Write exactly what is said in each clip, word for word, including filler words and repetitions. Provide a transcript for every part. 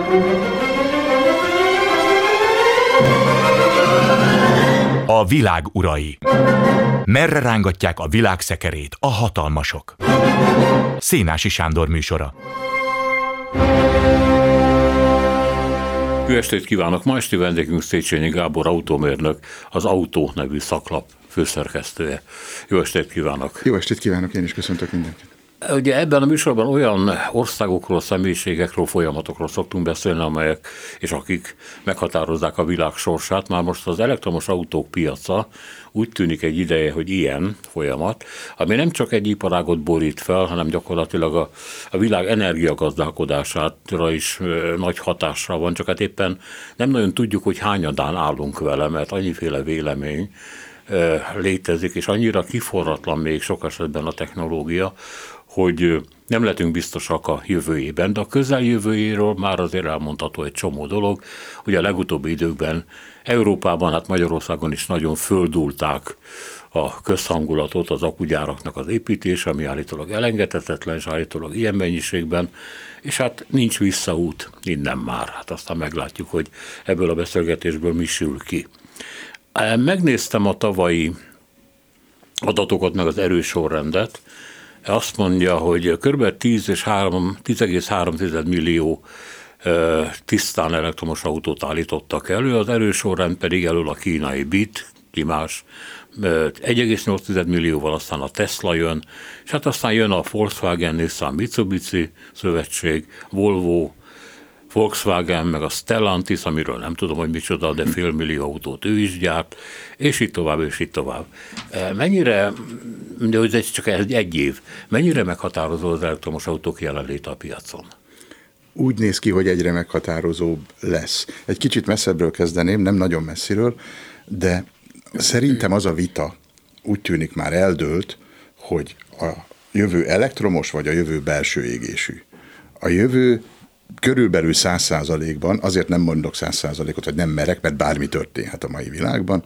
A világ urai. Merre rángatják a világ szekerét a hatalmasok? Szénási Sándor műsora. Jó estét kívánok! Ma esti vendégünk Széchenyi Gábor autómérnök, az Autó nevű szaklap főszerkesztője. Jó estét kívánok! Jó estét kívánok, én is köszöntök mindenkit. Ugye ebben a műsorban olyan országokról, személyiségekről, folyamatokról szoktunk beszélni, amelyek és akik meghatározzák a világ sorsát. Már most az elektromos autók piaca úgy tűnik egy ideje, hogy ilyen folyamat, ami nem csak egy iparágot borít fel, hanem gyakorlatilag a, a világ energiagazdálkodására is ö, nagy hatással van, csak hát éppen nem nagyon tudjuk, hogy hányadán állunk vele, mert annyiféle vélemény ö, létezik, és annyira kiforratlan még sok esetben a technológia, hogy nem lehetünk biztosak a jövőjében, de a közeljövőjéről már azért elmondható egy csomó dolog, hogy a legutóbbi időkben Európában, hát Magyarországon is nagyon földulták a közhangulatot az akugyáraknak az építése, ami állítólag elengedhetetlen, és állítólag ilyen mennyiségben, és hát nincs visszaút innen már. Hát aztán meglátjuk, hogy ebből a beszélgetésből mi sül ki. Megnéztem a tavalyi adatokat, meg az erősorrendet. Azt mondja, hogy kb. tíz egész három millió tisztán elektromos autót állítottak elő, az erősorrend pedig elől a kínai bit, ki más, egy egész nyolc millióval, aztán a Tesla jön, és hát aztán jön a Volkswagen, Nissan, Mitsubishi szövetség, Volvo, Volkswagen, meg a Stellantis, amiről nem tudom, hogy micsoda, de fél millió autót ő is gyárt, és így tovább, és így tovább. Mennyire, de ez csak egy, egy év, mennyire meghatározó az elektromos autók jelenléte a piacon? Úgy néz ki, hogy egyre meghatározóbb lesz. Egy kicsit messzebbről kezdeném, nem nagyon messziről, de szerintem az a vita úgy tűnik már eldőlt, hogy a jövő elektromos, vagy a jövő belső égésű. A jövő körülbelül száz százalékban, azért nem mondok száz százalékot, vagy nem merek, mert bármi történhet a mai világban,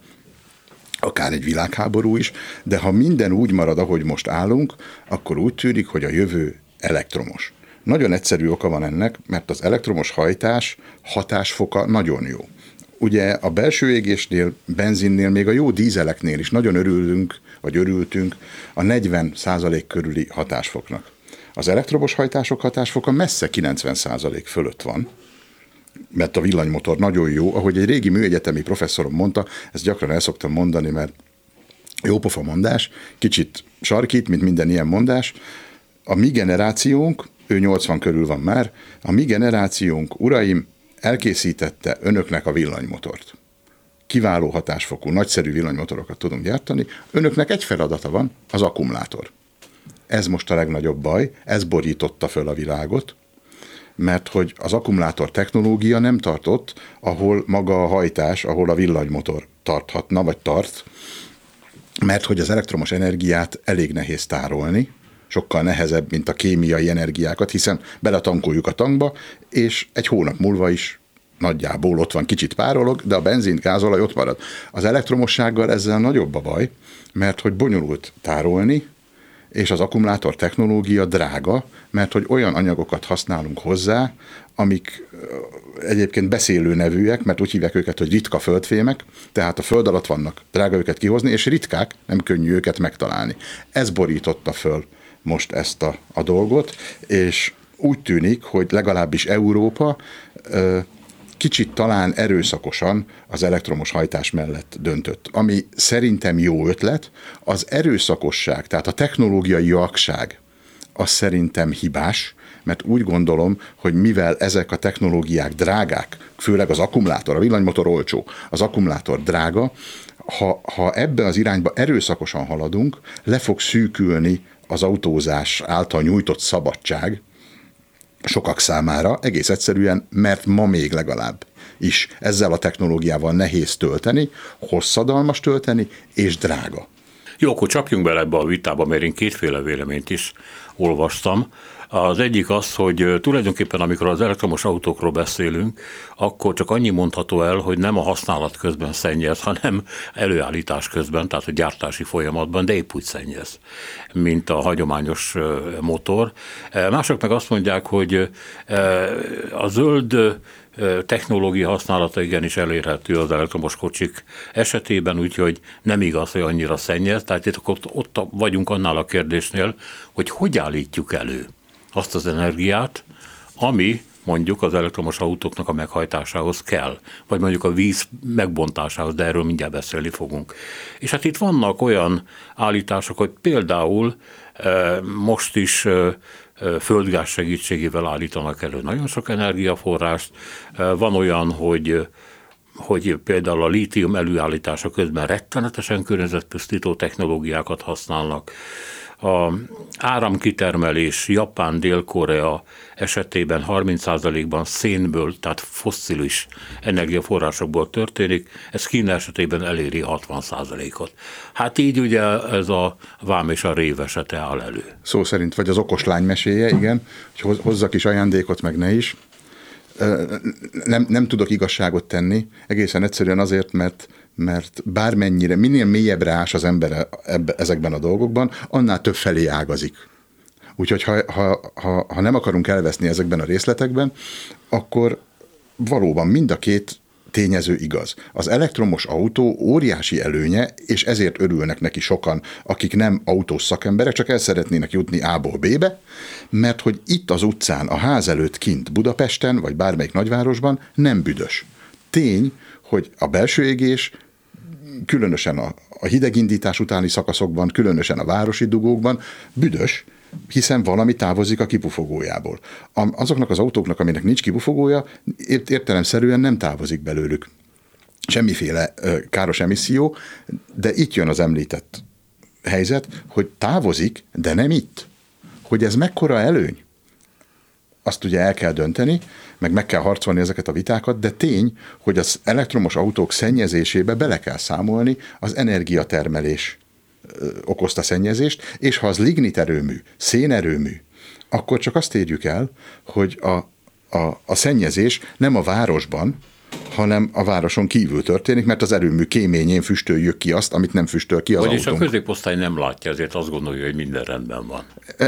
akár egy világháború is, de ha minden úgy marad, ahogy most állunk, akkor úgy tűnik, hogy a jövő elektromos. Nagyon egyszerű oka van ennek, mert az elektromos hajtás hatásfoka nagyon jó. Ugye a belső égésnél, benzinnél, még a jó dízeleknél is nagyon örülünk, vagy örültünk a negyven százalék körüli hatásfoknak. Az elektromos hajtások hatásfoka messze kilencven százalék fölött van, mert a villanymotor nagyon jó, ahogy egy régi műegyetemi professzorom mondta, ezt gyakran el szoktam mondani, mert jópofa mondás, kicsit sarkít, mint minden ilyen mondás, a mi generációnk, ő nyolcvan körül van már, a mi generációnk, uraim, elkészítette önöknek a villanymotort. Kiváló hatásfokú, nagyszerű villanymotorokat tudunk gyártani, önöknek egy feladata van, az akkumulátor. Ez most a legnagyobb baj, ez borította föl a világot, mert hogy az akkumulátor technológia nem tartott, ahol maga a hajtás, ahol a villanymotor tarthatna, vagy tart, mert hogy az elektromos energiát elég nehéz tárolni, sokkal nehezebb, mint a kémiai energiákat, hiszen beletankoljuk a tankba, és egy hónap múlva is nagyjából ott van, kicsit párolog, de a benzin, gázolaj ott marad. Az elektromossággal ezzel nagyobb a baj, mert hogy bonyolult tárolni, és az akkumulátor technológia drága, mert hogy olyan anyagokat használunk hozzá, amik egyébként beszélő nevűek, mert úgy hívják őket, hogy ritka földfémek, tehát a föld alatt vannak, drága őket kihozni, és ritkák, nem könnyű őket megtalálni. Ez borította föl most ezt a, a dolgot, és úgy tűnik, hogy legalábbis Európa kicsit talán erőszakosan az elektromos hajtás mellett döntött. Ami szerintem jó ötlet, az erőszakosság, tehát a technológiai vakság, az szerintem hibás, mert úgy gondolom, hogy mivel ezek a technológiák drágák, főleg az akkumulátor, a villanymotor olcsó, az akkumulátor drága, ha, ha ebbe az irányba erőszakosan haladunk, le fog szűkülni az autózás által nyújtott szabadság sokak számára, egész egyszerűen, mert ma még legalább is ezzel a technológiával nehéz tölteni, hosszadalmas tölteni, és drága. Jó, akkor csapjunk bele ebbe a vitába, mert én kétféle véleményt is olvastam. Az egyik az, hogy tulajdonképpen amikor az elektromos autókról beszélünk, akkor csak annyi mondható el, hogy nem a használat közben szennyez, hanem előállítás közben, tehát a gyártási folyamatban, de épp úgy szennyez, mint a hagyományos motor. Mások meg azt mondják, hogy a zöld technológia használata igenis elérhető az elektromos kocsik esetében, úgyhogy nem igaz, hogy annyira szennyez. Tehát itt ott, ott vagyunk annál a kérdésnél, hogy hogy állítjuk elő azt az energiát, ami mondjuk az elektromos autóknak a meghajtásához kell, vagy mondjuk a víz megbontásához, de erről mindjárt beszélni fogunk. És hát itt vannak olyan állítások, hogy például most is földgáz segítségével állítanak elő nagyon sok energiaforrást. Van olyan, hogy, hogy például a lítium előállítása közben rettenetesen környezetpusztító technológiákat használnak. A áramkitermelés Japán, Dél-Korea esetében harminc százalékban szénből, tehát fosszilis energiaforrásokból történik, ez Kína esetében eléri hatvan százalékot. Hát így ugye ez a vám és a rév esete áll elő. Szó szerint, vagy az okos lány meséje, igen, hogy hozza kis ajándékot, meg ne is. Nem, nem tudok igazságot tenni, egészen egyszerűen azért, mert mert bármennyire, minél mélyebbre ás az ember ebbe, ezekben a dolgokban, annál több felé ágazik. Úgyhogy ha, ha, ha, ha nem akarunk elveszni ezekben a részletekben, akkor valóban mind a két tényező igaz. Az elektromos autó óriási előnye, és ezért örülnek neki sokan, akik nem autós szakemberek, csak el szeretnének jutni A-ból B-be, mert hogy itt az utcán, a ház előtt kint Budapesten, vagy bármelyik nagyvárosban nem büdös. Tény, hogy a belső égés, különösen a, a hidegindítás utáni szakaszokban, különösen a városi dugókban büdös, hiszen valami távozik a kipufogójából. Azoknak az autóknak, aminek nincs kipufogója, értelemszerűen nem távozik belőlük semmiféle káros emisszió, de itt jön az említett helyzet, hogy távozik, de nem itt. Hogy ez mekkora előny? Azt ugye el kell dönteni, meg meg kell harcolni ezeket a vitákat, de tény, hogy az elektromos autók szennyezésébe bele kell számolni az energiatermelés okozta szennyezést, és ha az ligniterőmű, szénerőmű, akkor csak azt érjük el, hogy a, a, a szennyezés nem a városban, hanem a városon kívül történik, mert az erőmű kéményén füstöljük ki azt, amit nem füstöl ki az Vagyis autónk. A középosztály nem látja, ezért azt gondolja, hogy minden rendben van.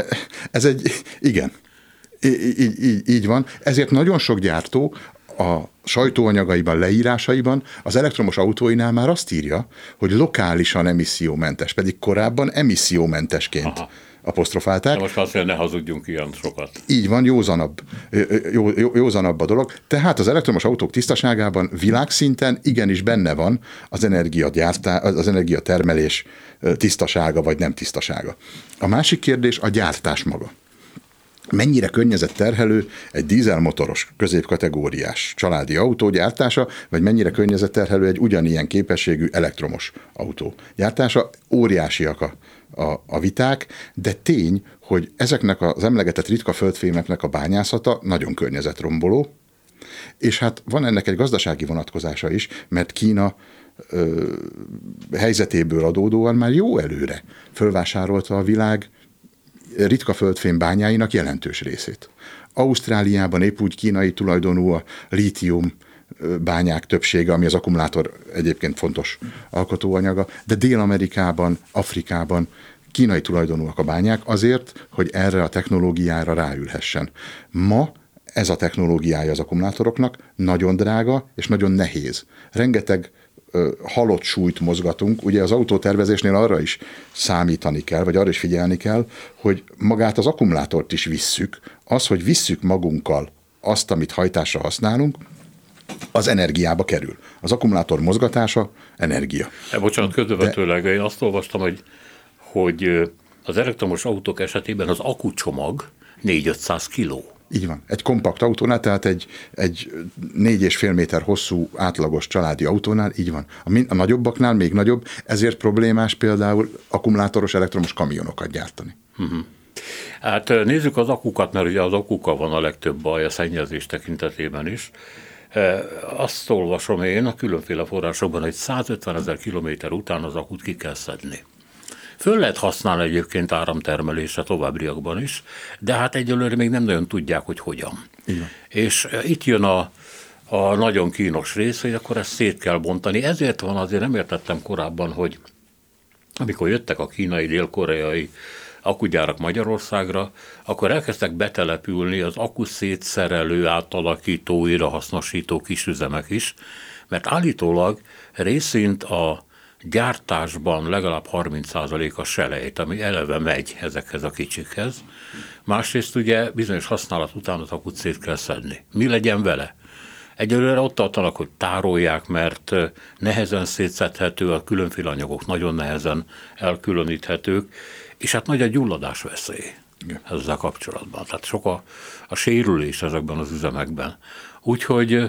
Ez egy, igen, így, így, így van. Ezért nagyon sok gyártó a sajtóanyagaiban, leírásaiban az elektromos autóinál már azt írja, hogy lokálisan emissziómentes, pedig korábban emissziómentesként Aha. apostrofálták. De most azt mondja, ne hazudjunk ilyen sokat. Így van, józanabb, jó, jó, józanabb a dolog. Tehát az elektromos autók tisztaságában világszinten igenis benne van az energiagyártás, az energiatermelés tisztasága vagy nem tisztasága. A másik kérdés a gyártás maga. Mennyire környezetterhelő egy dízelmotoros középkategóriás családi autó gyártása, vagy mennyire környezetterhelő egy ugyanilyen képességű elektromos autó gyártása? Óriásiak a, a, a viták, de tény, hogy ezeknek az emlegetett ritka földfémeknek a bányászata nagyon környezetromboló, és hát van ennek egy gazdasági vonatkozása is, mert Kína ö, helyzetéből adódóan már jó előre fölvásárolta a világ ritka földfém bányáinak jelentős részét. Ausztráliában épp úgy kínai tulajdonú a lítium bányák többsége, ami az akkumulátor egyébként fontos alkotóanyaga, de Dél-Amerikában, Afrikában kínai tulajdonúak a bányák azért, hogy erre a technológiára ráülhessen. Ma ez a technológiája az akkumulátoroknak nagyon drága és nagyon nehéz. Rengeteg halott súlyt mozgatunk, ugye az autótervezésnél arra is számítani kell, vagy arra is figyelni kell, hogy magát az akkumulátort is visszük, az, hogy visszük magunkkal azt, amit hajtásra használunk, az energiába kerül. Az akkumulátor mozgatása energia. E, bocsánat, közvetőleg De... én azt olvastam, hogy, hogy az elektromos autók esetében az akkucsomag négy-ötszáz kiló. Így van. Egy kompakt autónál, tehát egy, egy négy és fél méter hosszú átlagos családi autónál, így van. A, min- a nagyobbaknál még nagyobb, ezért problémás például akkumulátoros elektromos kamionokat gyártani. Uh-huh. Hát nézzük az akukat, mert ugye az akukkal van a legtöbb baj a szennyezés tekintetében is. Azt olvasom én a különféle forrásokban, hogy százötven ezer kilométer után az akut ki kell szedni. Föl lehet használni egyébként áramtermelésre továbbiakban is, de hát egyelőre még nem nagyon tudják, hogy hogyan. Igen. És itt jön a, a nagyon kínos rész, hogy akkor ezt szét kell bontani. Ezért van, azért nem értettem korábban, hogy amikor jöttek a kínai, dél-koreai akkugyárak Magyarországra, akkor elkezdtek betelepülni az akkuszétszerelő, átalakító, újrahasznosító kisüzemek is, mert állítólag részint a gyártásban legalább harminc százalék a selejt, ami eleve megy ezekhez a kicsikhez. Másrészt ugye bizonyos használat után az akut szét kell szedni. Mi legyen vele? Egyelőre ott tartanak, hogy tárolják, mert nehezen szétszedhető, a különféle anyagok nagyon nehezen elkülöníthetők, és hát nagy a gyulladás veszély ezzel kapcsolatban. Tehát sok a, a sérülés ezekben az üzemekben. Úgyhogy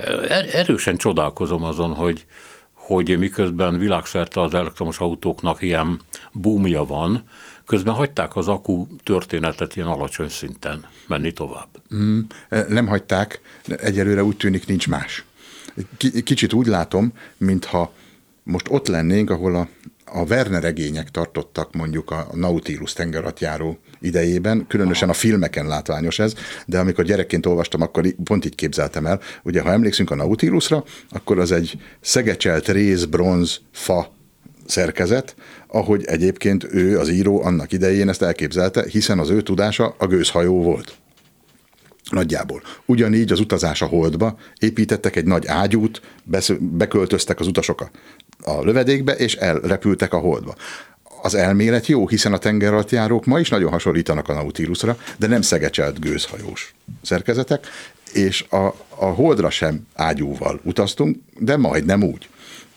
erősen csodálkozom azon, hogy, hogy miközben világszerte az elektromos autóknak ilyen boomja van, közben hagyták az akku történetet ilyen alacsony szinten menni tovább. Mm, nem hagyták, egyelőre úgy tűnik nincs más. Kicsit úgy látom, mintha most ott lennénk, ahol a, a Werner regények tartottak mondjuk a Nautilus tengeralattjáró idejében, különösen a filmeken látványos ez, de amikor gyerekként olvastam, akkor pont így képzeltem el. Ugye, ha emlékszünk a Nautilusra, akkor az egy szegecselt réz, bronz, fa szerkezet, ahogy egyébként ő, az író annak idején ezt elképzelte, hiszen az ő tudása a gőzhajó volt. Nagyjából. Ugyanígy az utazás a Holdba, építettek egy nagy ágyút, beköltöztek az utasok a, a lövedékbe, és elrepültek a Holdba. Az elmélet jó, hiszen a tengeralattjárók ma is nagyon hasonlítanak a Nautilusra, de nem szegecselt gőzhajós szerkezetek, és a, a Holdra sem ágyúval utaztunk, de majdnem úgy.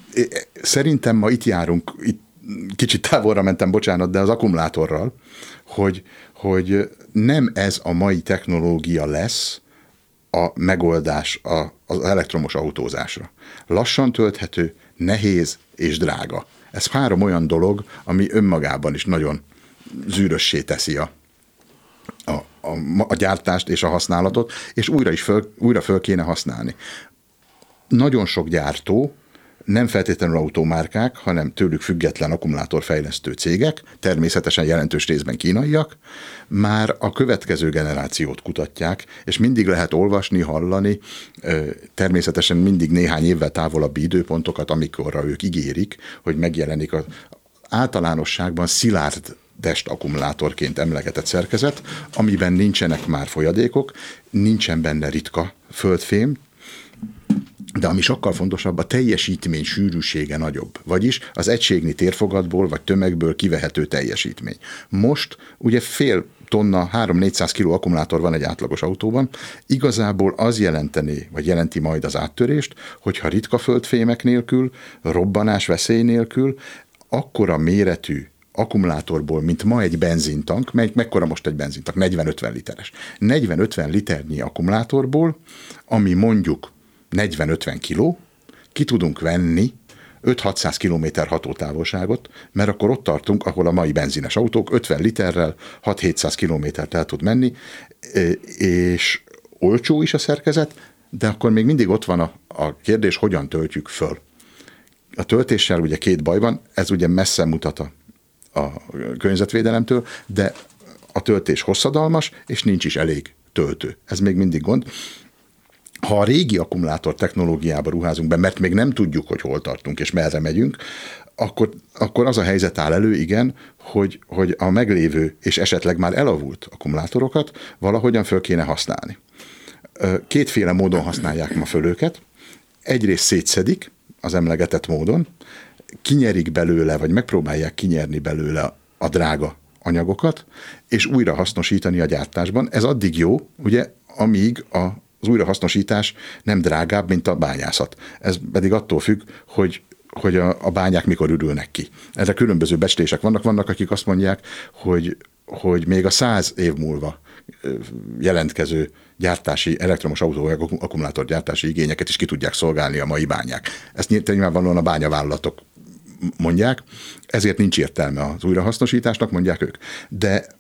Szerintem ma itt járunk, itt kicsit távolra mentem, bocsánat, de az akkumulátorral, hogy, hogy nem ez a mai technológia lesz a megoldás az elektromos autózásra. Lassan tölthető, nehéz és drága. Ez három olyan dolog, ami önmagában is nagyon zűrössé teszi a, a, a, a gyártást és a használatot, és újra is föl, újra föl kéne használni. Nagyon sok gyártó, nem feltétlenül automárkák, hanem tőlük független akkumulátorfejlesztő cégek, természetesen jelentős részben kínaiak, már a következő generációt kutatják, és mindig lehet olvasni, hallani, természetesen mindig néhány évvel távolabbi időpontokat, amikorra ők ígérik, hogy megjelenik az általánosságban szilárd test akkumulátorként emlegetett szerkezet, amiben nincsenek már folyadékok, nincsen benne ritka földfém, de ami sokkal fontosabb, a teljesítmény sűrűsége nagyobb, vagyis az egységnyi térfogatból vagy tömegből kivehető teljesítmény. Most ugye fél tonna, három-négyszáz kiló akkumulátor van egy átlagos autóban, igazából az jelenteni, vagy jelenti majd az áttörést, hogyha ritka földfémek nélkül, robbanás veszély nélkül, akkora méretű akkumulátorból, mint ma egy benzintank, meg, mekkora most egy benzintank? negyven-ötven literes. negyven-ötven liternyi akkumulátorból, ami mondjuk negyven-ötven kiló, ki tudunk venni öt-hatszáz kilométer hatótávolságot, mert akkor ott tartunk, ahol a mai benzines autók ötven literrel hat-hétszáz kilométert el tud menni, és olcsó is a szerkezet, de akkor még mindig ott van a, a kérdés, hogyan töltjük föl. A töltéssel ugye két baj van, ez ugye messze mutat a, a környezetvédelemtől, de a töltés hosszadalmas, és nincs is elég töltő. Ez még mindig gond. Ha a régi akkumulátor technológiába ruházunk be, mert még nem tudjuk, hogy hol tartunk és merre megyünk, akkor, akkor az a helyzet áll elő, igen, hogy, hogy a meglévő és esetleg már elavult akkumulátorokat valahogyan föl kéne használni. Kétféle módon használják ma föl őket. Egyrészt szétszedik az emlegetett módon, kinyerik belőle, vagy megpróbálják kinyerni belőle a drága anyagokat, és újra hasznosítani a gyártásban. Ez addig jó, ugye, amíg a az újrahasznosítás nem drágább, mint a bányászat. Ez pedig attól függ, hogy, hogy a, a bányák mikor ürülnek ki. Erre különböző becslések vannak. Vannak, akik azt mondják, hogy, hogy még a száz év múlva jelentkező gyártási, elektromos autó akkumulátor gyártási igényeket is ki tudják szolgálni a mai bányák. Ezt nyilvánvalóan a bányavállalatok mondják, ezért nincs értelme az újrahasznosításnak, mondják ők. De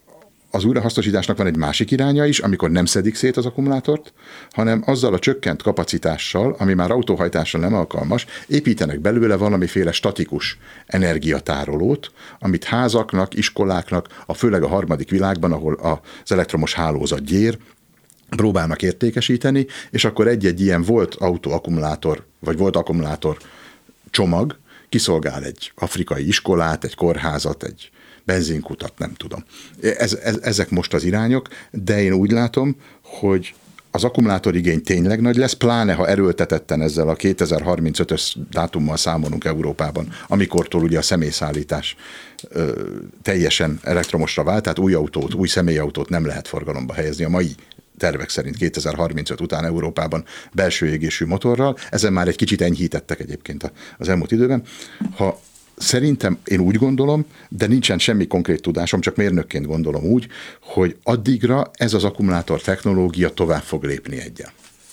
az újrahasznosításnak van egy másik iránya is, amikor nem szedik szét az akkumulátort, hanem azzal a csökkent kapacitással, ami már autóhajtásra nem alkalmas, építenek belőle valamiféle statikus energiatárolót, amit házaknak, iskoláknak, a főleg a harmadik világban, ahol az elektromos hálózat gyér, próbálnak értékesíteni, és akkor egy-egy ilyen volt autóakkumulátor, vagy volt akkumulátor csomag kiszolgál egy afrikai iskolát, egy kórházat, egy benzinkutat, nem tudom. Ez, ez, ezek most az irányok, de én úgy látom, hogy az akkumulátorigény tényleg nagy lesz, pláne ha erőltetetten ezzel a kétezer-harmincötös dátummal számolunk Európában, amikortól ugye a személyszállítás ö, teljesen elektromosra vált, tehát új autót, új személyautót nem lehet forgalomba helyezni a mai tervek szerint kétezer-harmincöt után Európában belső égésű motorral. Ezen már egy kicsit enyhítettek egyébként az elmúlt időben. Ha Szerintem én úgy gondolom, de nincsen semmi konkrét tudásom, csak mérnökként gondolom úgy, hogy addigra ez az akkumulátor technológia tovább fog lépni egyen.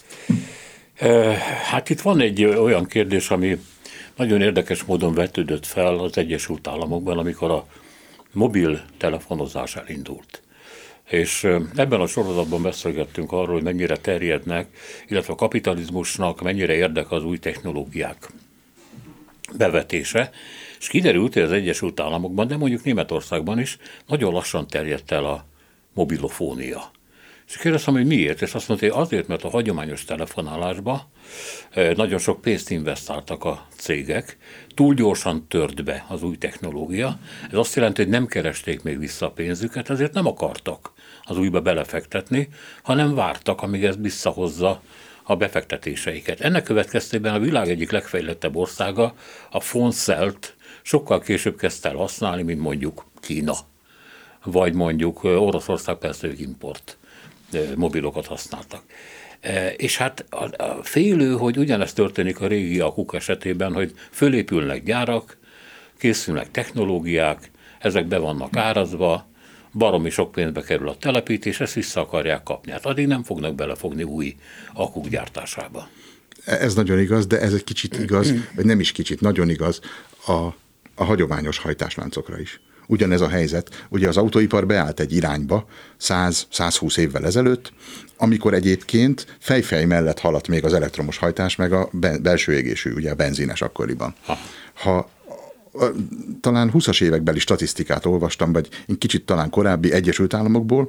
Hát itt van egy olyan kérdés, ami nagyon érdekes módon vetődött fel az Egyesült Államokban, amikor a mobiltelefonozás elindult. És ebben a sorozatban beszélgettünk arról, hogy mennyire terjednek, illetve a kapitalizmusnak mennyire érdek az új technológiák bevetése, és kiderült, hogy az Egyesült Államokban, de mondjuk Németországban is nagyon lassan terjedt el a mobilofónia. És kérdeztem, hogy miért, és azt mondta, hogy azért, mert a hagyományos telefonálásba nagyon sok pénzt investáltak a cégek, túl gyorsan tört be az új technológia, ez azt jelenti, hogy nem keresték még vissza a pénzüket, ezért nem akartak az újba belefektetni, hanem vártak, amíg ez visszahozza a befektetéseiket. Ennek következtében a világ egyik legfejlettebb országa, a PhoneCell-t sokkal később kezdte el használni, mint mondjuk Kína, vagy mondjuk Oroszország, persze ők import mobilokat használtak. És hát a félő, hogy ugyanezt történik a régi akuk esetében, hogy fölépülnek gyárak, készülnek technológiák, ezek be vannak árazva, baromi sok pénzbe kerül a telepítés, ezt vissza akarják kapni. Hát addig nem fognak belefogni új akuk gyártásába. Ez nagyon igaz, de ez egy kicsit igaz, vagy nem is kicsit, nagyon igaz a, a hagyományos hajtásláncokra is. Ugyanez a helyzet, ugye az autóipar beállt egy irányba száz-százhúsz évvel ezelőtt, amikor egyébként fejfej mellett haladt még az elektromos hajtás, meg a belső égésű, ugye a benzines akkoriban. Ha, ha talán húszas évekbeli statisztikát olvastam, vagy kicsit talán korábbi Egyesült Államokból,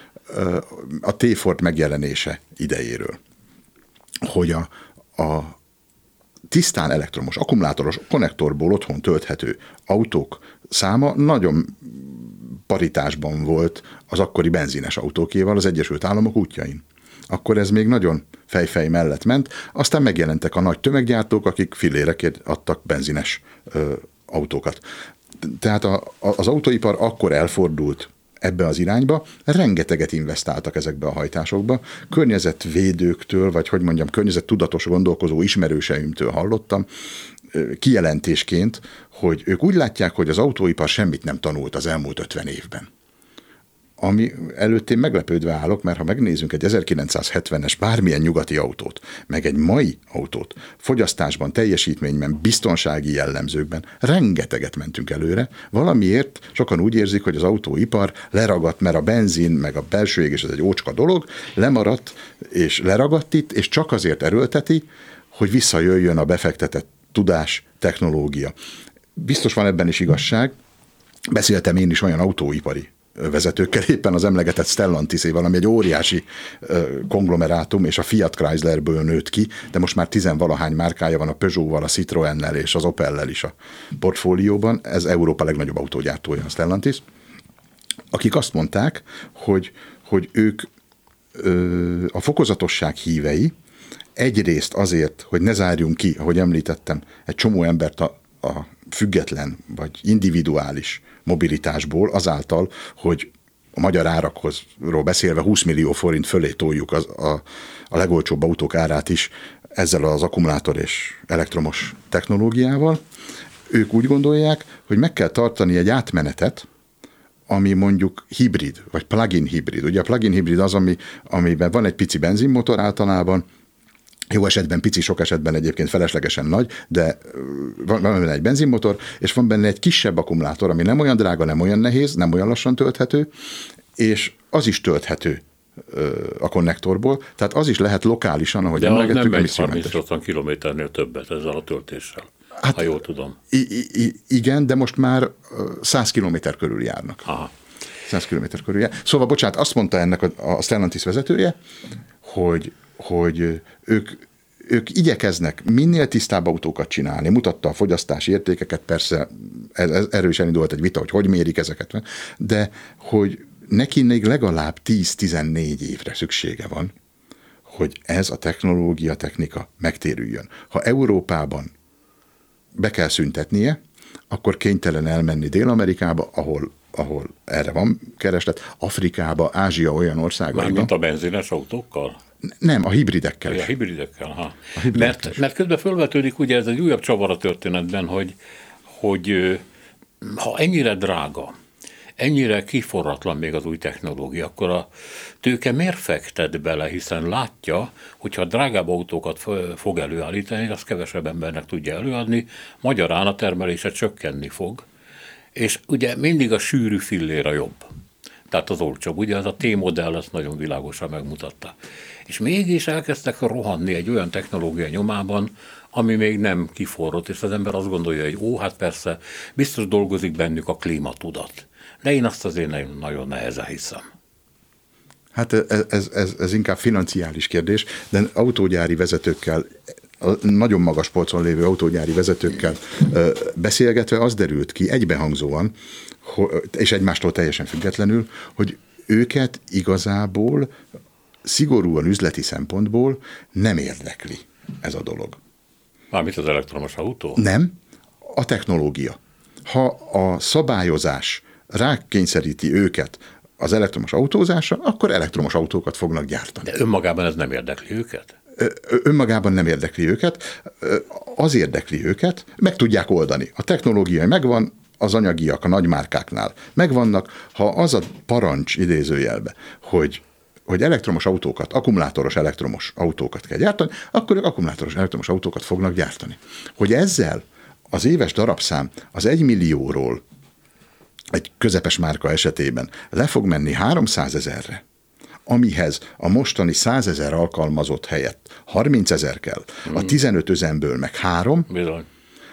a T-Ford megjelenése idejéről, hogy a, a tisztán elektromos, akkumulátoros konnektorból otthon tölthető autók száma nagyon paritásban volt az akkori benzines autókéval az Egyesült Államok útjain. Akkor ez még nagyon fejfej mellett ment, aztán megjelentek a nagy tömeggyártók, akik fillérekért adtak benzines ö, autókat. Tehát a, az autóipar akkor elfordult ebbe az irányba, rengeteget investáltak ezekbe a hajtásokba. Környezetvédőktől, vagy hogy mondjam, környezettudatos gondolkozó ismerőseimtől hallottam kijelentésként, hogy ők úgy látják, hogy az autóipar semmit nem tanult az elmúlt ötven évben. Ami előtt én meglepődve állok, mert ha megnézzünk egy ezerkilencszázhetvenes bármilyen nyugati autót, meg egy mai autót, fogyasztásban, teljesítményben, biztonsági jellemzőkben rengeteget mentünk előre, valamiért sokan úgy érzik, hogy az autóipar leragadt, mert a benzin, meg a belső égés, ez egy ócska dolog, lemaradt és leragadt itt, és csak azért erőlteti, hogy visszajöjjön a befektetett tudás, technológia. Biztos van ebben is igazság. Beszéltem én is olyan autóipari vezetőkkel, éppen az emlegetett Stellantiséval, ami egy óriási konglomerátum, és a Fiat Chryslerből nőtt ki, de most már tizenvalahány márkája van a Peugeot-val, a Citroennel és az Opellel is a portfólióban. Ez Európa legnagyobb autógyártója, a Stellantis, akik azt mondták, hogy, hogy ők ö, a fokozatosság hívei, egyrészt azért, hogy ne zárjunk ki, ahogy említettem, egy csomó embert a, a független vagy individuális mobilitásból azáltal, hogy a magyar árakról beszélve húsz millió forint fölé toljuk az, a, a legolcsóbb autók árát is ezzel az akkumulátor és elektromos technológiával. Ők úgy gondolják, hogy meg kell tartani egy átmenetet, ami mondjuk hibrid, vagy plug-in hibrid. Ugye a plug-in hibrid az, ami, amiben van egy pici benzinmotor általában, jó esetben pici, sok esetben egyébként feleslegesen nagy, de van benne egy benzinmotor, és van benne egy kisebb akkumulátor, ami nem olyan drága, nem olyan nehéz, nem olyan lassan tölthető, és az is tölthető a konnektorból, tehát az is lehet lokálisan, ahogy de emlegettük, nem megy harminc-hatvan kilométernél többet ezzel a töltéssel, hát, ha jól tudom. I- I- igen, de most már száz kilométer körül járnak. Aha. száz kilométer körül jár. Szóval, bocsánat, azt mondta ennek a, a Stellantis vezetője, hogy, hogy ők, ők igyekeznek minél tisztább autókat csinálni, mutatta a fogyasztási értékeket, persze erről is elindult egy vita, hogy hogy mérik ezeket, de hogy neki még legalább tíz-tizennégy évre szüksége van, hogy ez a technológia, technika megtérüljön. Ha Európában be kell szüntetnie, akkor kénytelen elmenni Dél-Amerikába, ahol, ahol erre van kereslet, Afrikába, Ázsia olyan országaiban. Mármint a benzines autókkal? Nem, a hibridekkel is. A hibridekkel, ha. A hibridekkel mert, is. mert közben fölvetődik ugye ez egy újabb csavar a történetben, hogy, hogy ha ennyire drága, ennyire kiforratlan még az új technológia, akkor a tőke miért fektet bele, hiszen látja, hogyha drágább autókat fog előállítani, azt kevesebb embernek tudja előadni, magyarán a termelése csökkenni fog, és ugye mindig a sűrű fillér a jobb. Tehát az olcsóbb, ugye az a T-modell ezt nagyon világosan megmutatta. És mégis elkezdtek rohanni egy olyan technológia nyomában, ami még nem kiforrott, és az ember azt gondolja, hogy ó, hát persze, biztos dolgozik bennük a klímatudat. De én azt azért nagyon nehezen hiszem. Hát ez, ez, ez, ez inkább financiális kérdés, de autógyári vezetőkkel, nagyon magas polcon lévő autógyári vezetőkkel beszélgetve az derült ki egybehangzóan, és egymástól teljesen függetlenül, hogy őket igazából szigorúan üzleti szempontból nem érdekli ez a dolog. Mármint az elektromos autó? Nem, a technológia. Ha a szabályozás rákényszeríti őket az elektromos autózásra, akkor elektromos autókat fognak gyártani. De önmagában ez nem érdekli őket? Önmagában nem érdekli őket, az érdekli őket, meg tudják oldani. A technológia megvan, az anyagiak a nagymárkáknál megvannak, ha az a parancs idézőjelbe, hogy, hogy elektromos autókat, akkumulátoros elektromos autókat kell gyártani, akkor ők akkumulátoros elektromos autókat fognak gyártani. Hogy ezzel az éves darabszám az egy millióról egy közepes márka esetében le fog menni háromszázezerre, amihez a mostani százezer alkalmazott helyett harmincezer kell, hmm. a tizenöt üzemből meg három, Bizony.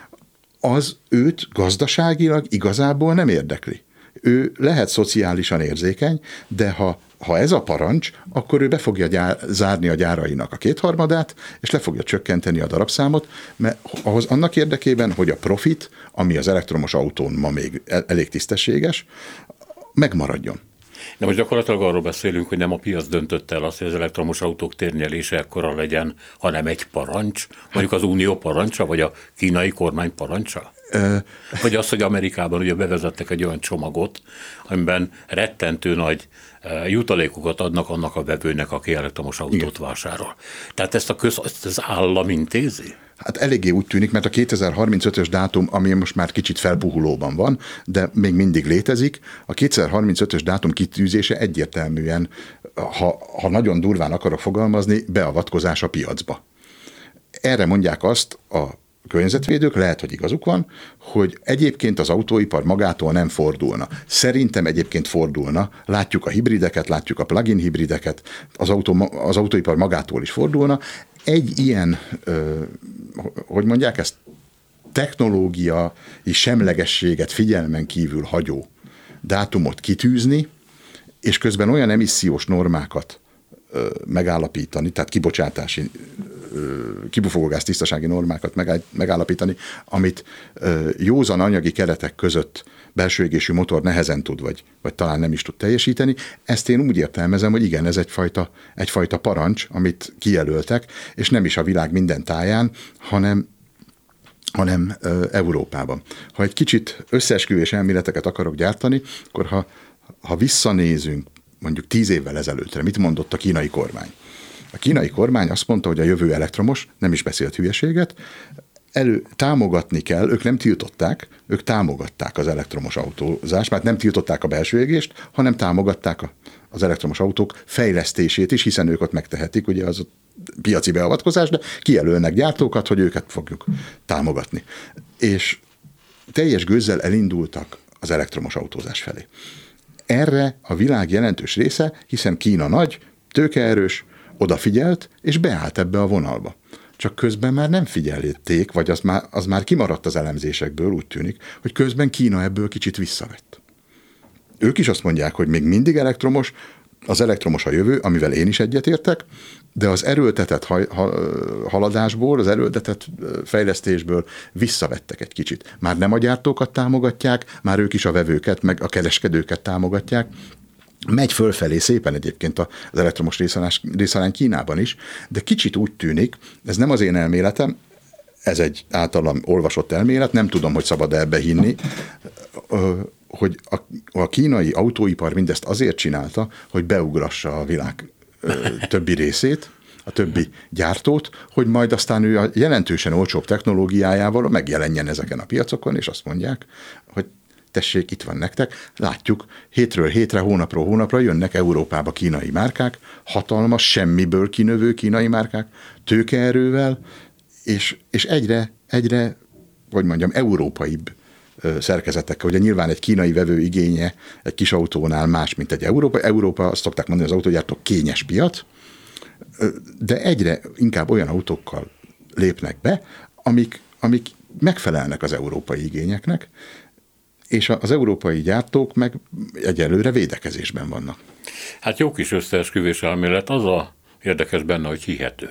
Az őt gazdaságilag igazából nem érdekli. Ő lehet szociálisan érzékeny, de ha, ha ez a parancs, akkor ő be fogja gyár, zárni a gyárainak a kétharmadát, és le fogja csökkenteni a darabszámot, mert ahhoz annak érdekében, hogy a profit, ami az elektromos autón ma még elég tisztességes, megmaradjon. De most gyakorlatilag arról beszélünk, hogy nem a piac döntött el azt, hogy az elektromos autók térnyelése ekkora legyen, hanem egy parancs, mondjuk az Unió parancsa, vagy a kínai kormány parancsa? Ö... Vagy az, hogy Amerikában ugye bevezettek egy olyan csomagot, amiben rettentő nagy jutalékokat adnak annak a vevőnek, aki elektromos autót Igen. vásárol. Tehát ezt, a köz, ezt az állam intézi? Hát eléggé úgy tűnik, mert a kétezer-harmincötös dátum, ami most már kicsit felpuhulóban van, de még mindig létezik, a kétezer-harmincötös dátum kitűzése egyértelműen, ha, ha nagyon durván akarok fogalmazni, beavatkozás a piacba. Erre mondják azt a környezetvédők, lehet, hogy igazuk van, hogy egyébként az autóipar magától nem fordulna. Szerintem egyébként fordulna. Látjuk a hibrideket, látjuk a plug-in hibrideket, az, autó, az autóipar magától is fordulna. Egy ilyen, ö, hogy mondják ezt, technológiai semlegességet figyelmen kívül hagyó dátumot kitűzni, és közben olyan emissziós normákat ö, megállapítani, tehát kibocsátási, ö, kibufogógáz tisztasági normákat megállapítani, amit ö, józan anyagi keretek között belső égésű motor nehezen tud, vagy, vagy talán nem is tud teljesíteni. Ezt én úgy értelmezem, hogy igen, ez egyfajta, egyfajta parancs, amit kijelöltek, és nem is a világ minden táján, hanem, hanem ö, Európában. Ha egy kicsit összeesküvés elméleteket akarok gyártani, akkor ha, ha visszanézünk mondjuk tíz évvel ezelőttre, mit mondott a kínai kormány? A kínai kormány azt mondta, hogy a jövő elektromos, nem is beszélt hülyeséget, elő, támogatni kell, ők nem tiltották, ők támogatták az elektromos autózást, mert nem tiltották a belső égést, hanem támogatták a, az elektromos autók fejlesztését is, hiszen ők ott megtehetik, ugye az a piaci beavatkozás, de kijelölnek gyártókat, hogy őket fogjuk támogatni. És teljes gőzzel elindultak az elektromos autózás felé. erre a világ jelentős része, hiszen Kína nagy, tőkeerős, odafigyelt, és beállt ebbe a vonalba. Csak közben már nem figyelték, vagy az már, az már kimaradt az elemzésekből, úgy tűnik, hogy közben Kína ebből kicsit visszavett. Ők is azt mondják, hogy még mindig elektromos, az elektromos a jövő, amivel én is egyetértek, de az erőltetett haladásból, az erőltetett fejlesztésből visszavettek egy kicsit. Már nem a gyártókat támogatják, már ők is a vevőket, meg a kereskedőket támogatják. Megy fölfelé szépen egyébként az elektromos részarány Kínában is, de kicsit úgy tűnik, ez nem az én elméletem, ez egy általam olvasott elmélet, nem tudom, hogy szabad ebbe hinni, hogy a, a kínai autóipar mindezt azért csinálta, hogy beugrassa a világ többi részét, a többi gyártót, hogy majd aztán ő a jelentősen olcsóbb technológiájával megjelenjen ezeken a piacokon, és azt mondják, hogy tessék, itt van nektek, látjuk, hétről hétre, hónapról hónapra jönnek Európába kínai márkák, hatalmas, semmiből kinövő kínai márkák, tőkeerővel, és, és egyre, egyre, hogy mondjam, európaibb szerkezetekkel. Ugye nyilván egy kínai vevő igénye egy kis autónál más, mint egy Európa. Európa, azt szokták mondani, az autógyártók kényes piac, de egyre inkább olyan autókkal lépnek be, amik, amik megfelelnek az európai igényeknek, és az európai gyártók meg egyelőre védekezésben vannak. Hát jó kis összeesküvés elmélet, az a érdekes benne, hogy hihető.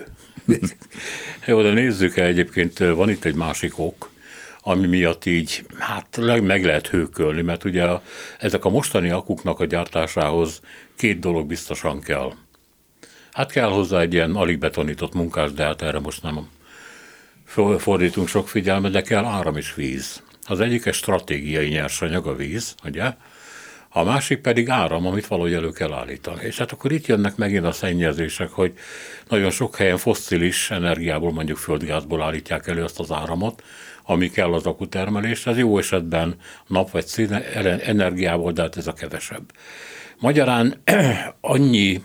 Jó, de nézzük el, egyébként van itt egy másik ok, ami miatt így, hát meg lehet hőkölni, mert ugye a, ezek a mostani akuknak a gyártásához két dolog biztosan kell. Hát kell hozzá egy ilyen alig betonított munkás, de hát erre most nem fordítunk sok figyelmet, de kell áram és víz. Az egyik egy stratégiai nyersanyag, a víz, ugye? A másik pedig áram, amit valahogy elő kell állítani. És hát akkor itt jönnek megint a szennyezések, hogy nagyon sok helyen fosszilis energiából, mondjuk földgázból állítják elő azt az áramot, ami kell az akutermelésre, ez jó esetben nap vagy szín energiából, de hát ez a kevesebb. Magyarán annyi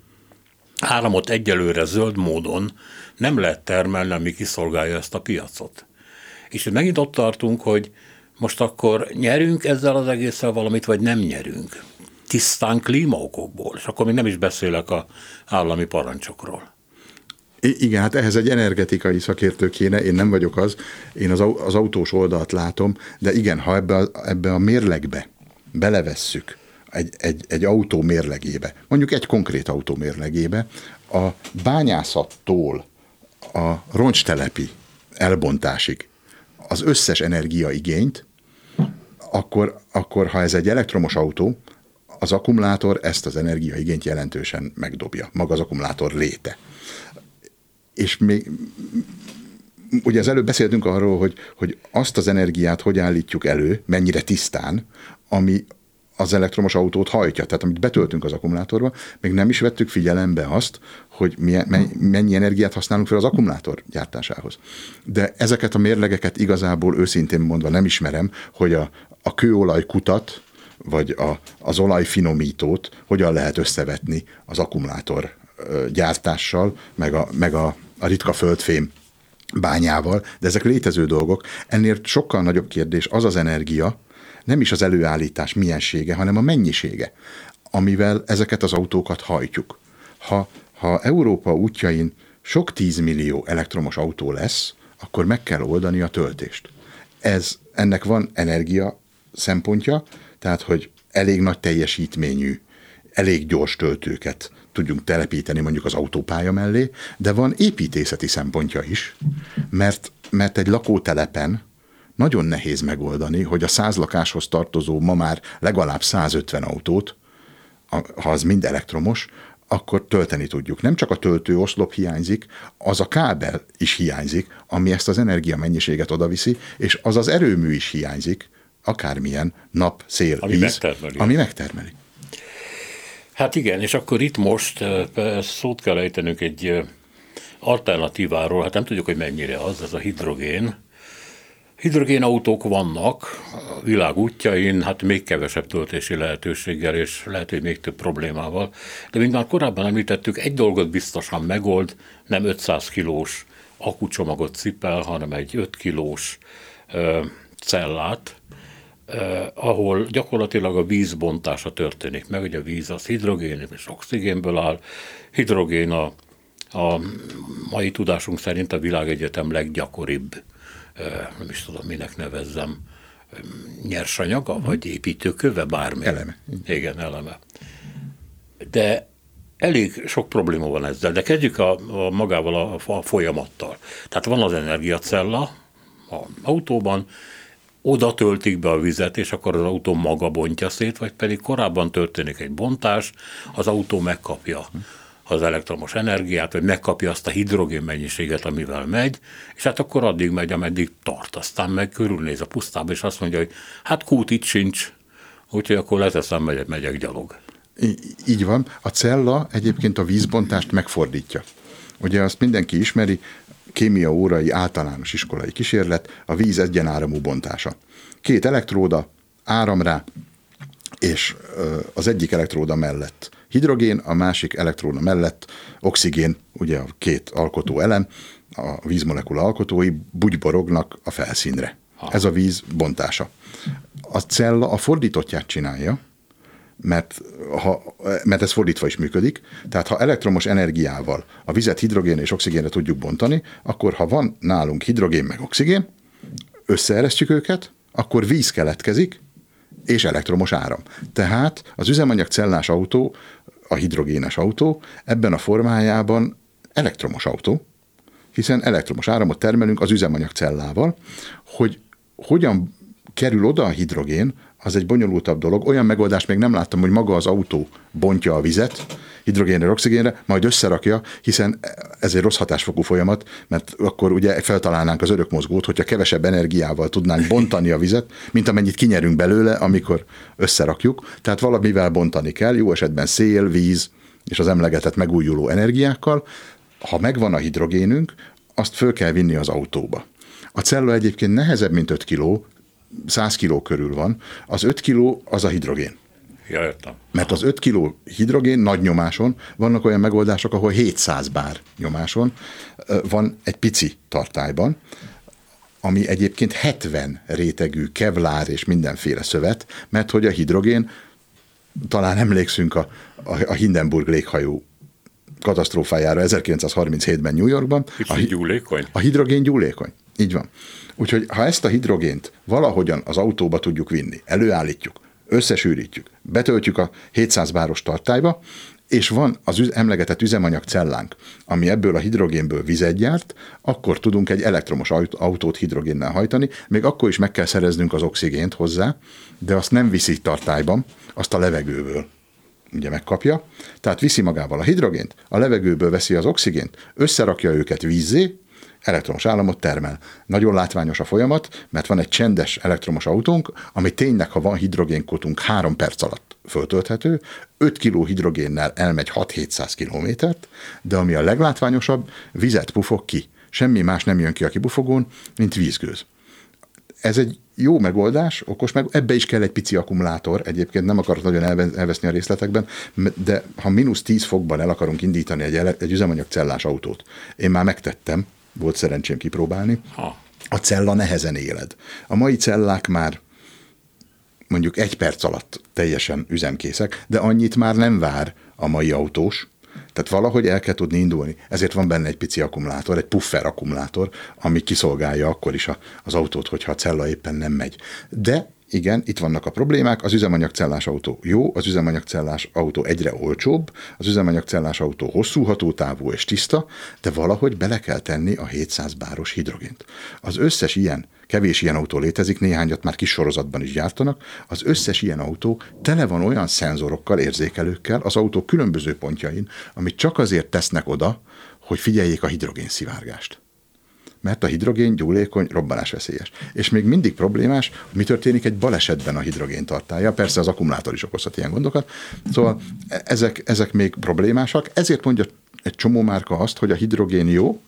áramot egyelőre zöld módon nem lehet termelni, ami kiszolgálja ezt a piacot. És megint ott tartunk, hogy most akkor nyerünk ezzel az egésszel valamit, vagy nem nyerünk. Tisztán klímaokokból, és akkor még nem is beszélek az állami parancsokról. Igen, hát ehhez egy energetikai szakértő kéne, én nem vagyok az, én az, az autós oldalt látom, de igen, ha ebbe a, ebbe a mérlegbe belevesszük egy, egy, egy autó mérlegébe, mondjuk egy konkrét autó mérlegébe, a bányászattól a roncstelepi elbontásig az összes energiaigényt, akkor, akkor ha ez egy elektromos autó, az akkumulátor ezt az energiaigényt jelentősen megdobja, maga az akkumulátor léte. És még, ugye az előbb beszéltünk arról, hogy, hogy azt az energiát hogy állítjuk elő, mennyire tisztán, ami az elektromos autót hajtja, tehát amit betöltünk az akkumulátorba, még nem is vettük figyelembe azt, hogy milyen, mennyi energiát használunk fel az akkumulátor gyártásához. De ezeket a mérlegeket igazából őszintén mondva nem ismerem, hogy a, a kőolajkutat, vagy a, az olajfinomítót hogyan lehet összevetni az akkumulátor gyártással, meg a, meg a, a ritka földfém bányával, de ezek létező dolgok. Ennél sokkal nagyobb kérdés az az energia, nem is az előállítás miensége, hanem a mennyisége, amivel ezeket az autókat hajtjuk. Ha, ha Európa útjain sok tízmillió elektromos autó lesz, akkor meg kell oldani a töltést. Ez, ennek van energia szempontja, tehát, hogy elég nagy teljesítményű, elég gyors töltőket tudjunk telepíteni mondjuk az autópálya mellé, de van építészeti szempontja is, mert, mert egy lakótelepen nagyon nehéz megoldani, hogy a száz lakáshoz tartozó ma már legalább százötven autót, ha az mind elektromos, akkor tölteni tudjuk. Nem csak a töltőoszlop hiányzik, az a kábel is hiányzik, ami ezt az energiamennyiséget odaviszi, és az az erőmű is hiányzik, akármilyen nap, szél, ami víz, megtermeli. ami megtermeli. Hát igen, és akkor itt most szót kell ejtenünk egy alternatíváról, hát nem tudjuk, hogy mennyire az, ez a hidrogén. Hidrogénautók vannak a világ útjain, hát még kevesebb töltési lehetőséggel, és lehet, hogy még több problémával. De mint már korábban említettük, egy dolgot biztosan megold, nem ötszáz kilós akkucsomagot cipel, hanem egy öt kilós ö, cellát. eh, ahol gyakorlatilag a víz bontása történik meg, ugye a víz az hidrogén és oxigénből áll. Hidrogén a, a mai tudásunk szerint a világegyetem leggyakoribb, eh, nem is tudom, minek nevezzem, nyersanyaga, vagy építőköve, bármi. Eleme. Igen, eleme. De elég sok probléma van ezzel, de kezdjük a, a magával a, a folyamattal. Tehát van az energiacella az autóban, oda töltik be a vizet, és akkor az autó maga bontja szét, vagy pedig korábban történik egy bontás, az autó megkapja az elektromos energiát, vagy megkapja azt a hidrogén mennyiséget, amivel megy, és hát akkor addig megy, ameddig tart. Aztán meg körülnéz a pusztába, és azt mondja, hogy hát kút itt sincs, úgyhogy akkor leteszem, megyek, megyek gyalog. Így van. A cella egyébként a vízbontást megfordítja. Ugye azt mindenki ismeri, kémia órai általános iskolai kísérlet, a víz egyenáramú bontása. Két elektróda, áram rá, és az egyik elektróda mellett hidrogén, a másik elektróda mellett oxigén, ugye a két alkotó elem, a vízmolekula alkotói bugyborognak a felszínre. Ha. Ez a víz bontása. A cella a fordítottját csinálja, mert, ha, mert ez fordítva is működik, tehát ha elektromos energiával a vizet hidrogén és oxigénre tudjuk bontani, akkor ha van nálunk hidrogén meg oxigén, összeeresztjük őket, akkor víz keletkezik, és elektromos áram. Tehát az üzemanyagcellás autó, a hidrogénes autó ebben a formájában elektromos autó, hiszen elektromos áramot termelünk az üzemanyagcellával, hogy hogyan kerül oda a hidrogén, az egy bonyolultabb dolog. Olyan megoldást még nem láttam, hogy maga az autó bontja a vizet, hidrogénre, oxigénre, majd összerakja, hiszen ez egy rossz hatásfokú folyamat, mert akkor ugye feltalálnánk az örökmozgót, hogyha kevesebb energiával tudnánk bontani a vizet, mint amennyit kinyerünk belőle, amikor összerakjuk. Tehát valamivel bontani kell, jó esetben szél, víz és az emlegetett megújuló energiákkal. Ha megvan a hidrogénünk, azt föl kell vinni az autóba. A cella egyébként nehezebb, mint öt kiló, száz kiló körül van, az öt kiló az a hidrogén. Ja, értem. Mert az öt kiló hidrogén nagy nyomáson, vannak olyan megoldások, ahol hétszáz bár nyomáson van egy pici tartályban, ami egyébként hetven rétegű kevlár és mindenféle szövet, mert hogy a hidrogén, talán emlékszünk a, a, a Hindenburg léghajó katasztrófájára ezerkilencszázharminchétben New Yorkban. A, gyúlékony? A hidrogén gyúlékony. Így van. Úgyhogy ha ezt a hidrogént valahogyan az autóba tudjuk vinni, előállítjuk, összesűrítjük, betöltjük a hétszáz báros tartályba, és van az üz- emlegetett üzemanyagcellánk, ami ebből a hidrogénből vizet gyárt, akkor tudunk egy elektromos autót hidrogénnel hajtani, még akkor is meg kell szereznünk az oxigént hozzá, de azt nem viszi tartályban, azt a levegőből ugye megkapja, tehát viszi magával a hidrogént, a levegőből veszi az oxigént, összerakja őket vízzé, elektromos áramot termel. Nagyon látványos a folyamat, mert van egy csendes elektromos autónk, ami tényleg, ha van hidrogénkotunk, három perc alatt föltölthető, öt kiló hidrogénnel elmegy hat-hétszáz kilométert, de ami a leglátványosabb, vizet pufog ki. Semmi más nem jön ki a kibufogón, mint vízgőz. Ez egy jó megoldás, okos meg, ebbe is kell egy pici akkumulátor, egyébként nem akarok nagyon elveszni a részletekben, de ha mínusz tíz fokban el akarunk indítani egy, egy üzemanyagcellás autót, én már megtettem, volt szerencsém kipróbálni, ha. A cella nehezen éled. A mai cellák már mondjuk egy perc alatt teljesen üzemkészek, de annyit már nem vár a mai autós, tehát valahogy el kell tudni indulni. Ezért van benne egy pici akkumulátor, egy puffer akkumulátor, ami kiszolgálja akkor is a, az autót, hogyha a cella éppen nem megy. De igen, itt vannak a problémák, az üzemanyagcellás autó jó, az üzemanyagcellás autó egyre olcsóbb, az üzemanyagcellás autó hosszú hatótávú és tiszta, de valahogy bele kell tenni a hétszáz báros hidrogént. Az összes ilyen, kevés ilyen autó létezik, néhányat már kis sorozatban is gyártanak, az összes ilyen autó tele van olyan szenzorokkal, érzékelőkkel az autó különböző pontjain, amit csak azért tesznek oda, hogy figyeljék a hidrogénszivárgást. Mert a hidrogén gyúlékony, robbanásveszélyes. És még mindig problémás, mi történik egy balesetben a hidrogén tartálya. Persze az akkumulátor is okozhat ilyen gondokat. Szóval ezek, ezek még problémásak. Ezért mondja egy csomó márka azt, hogy a hidrogén jó,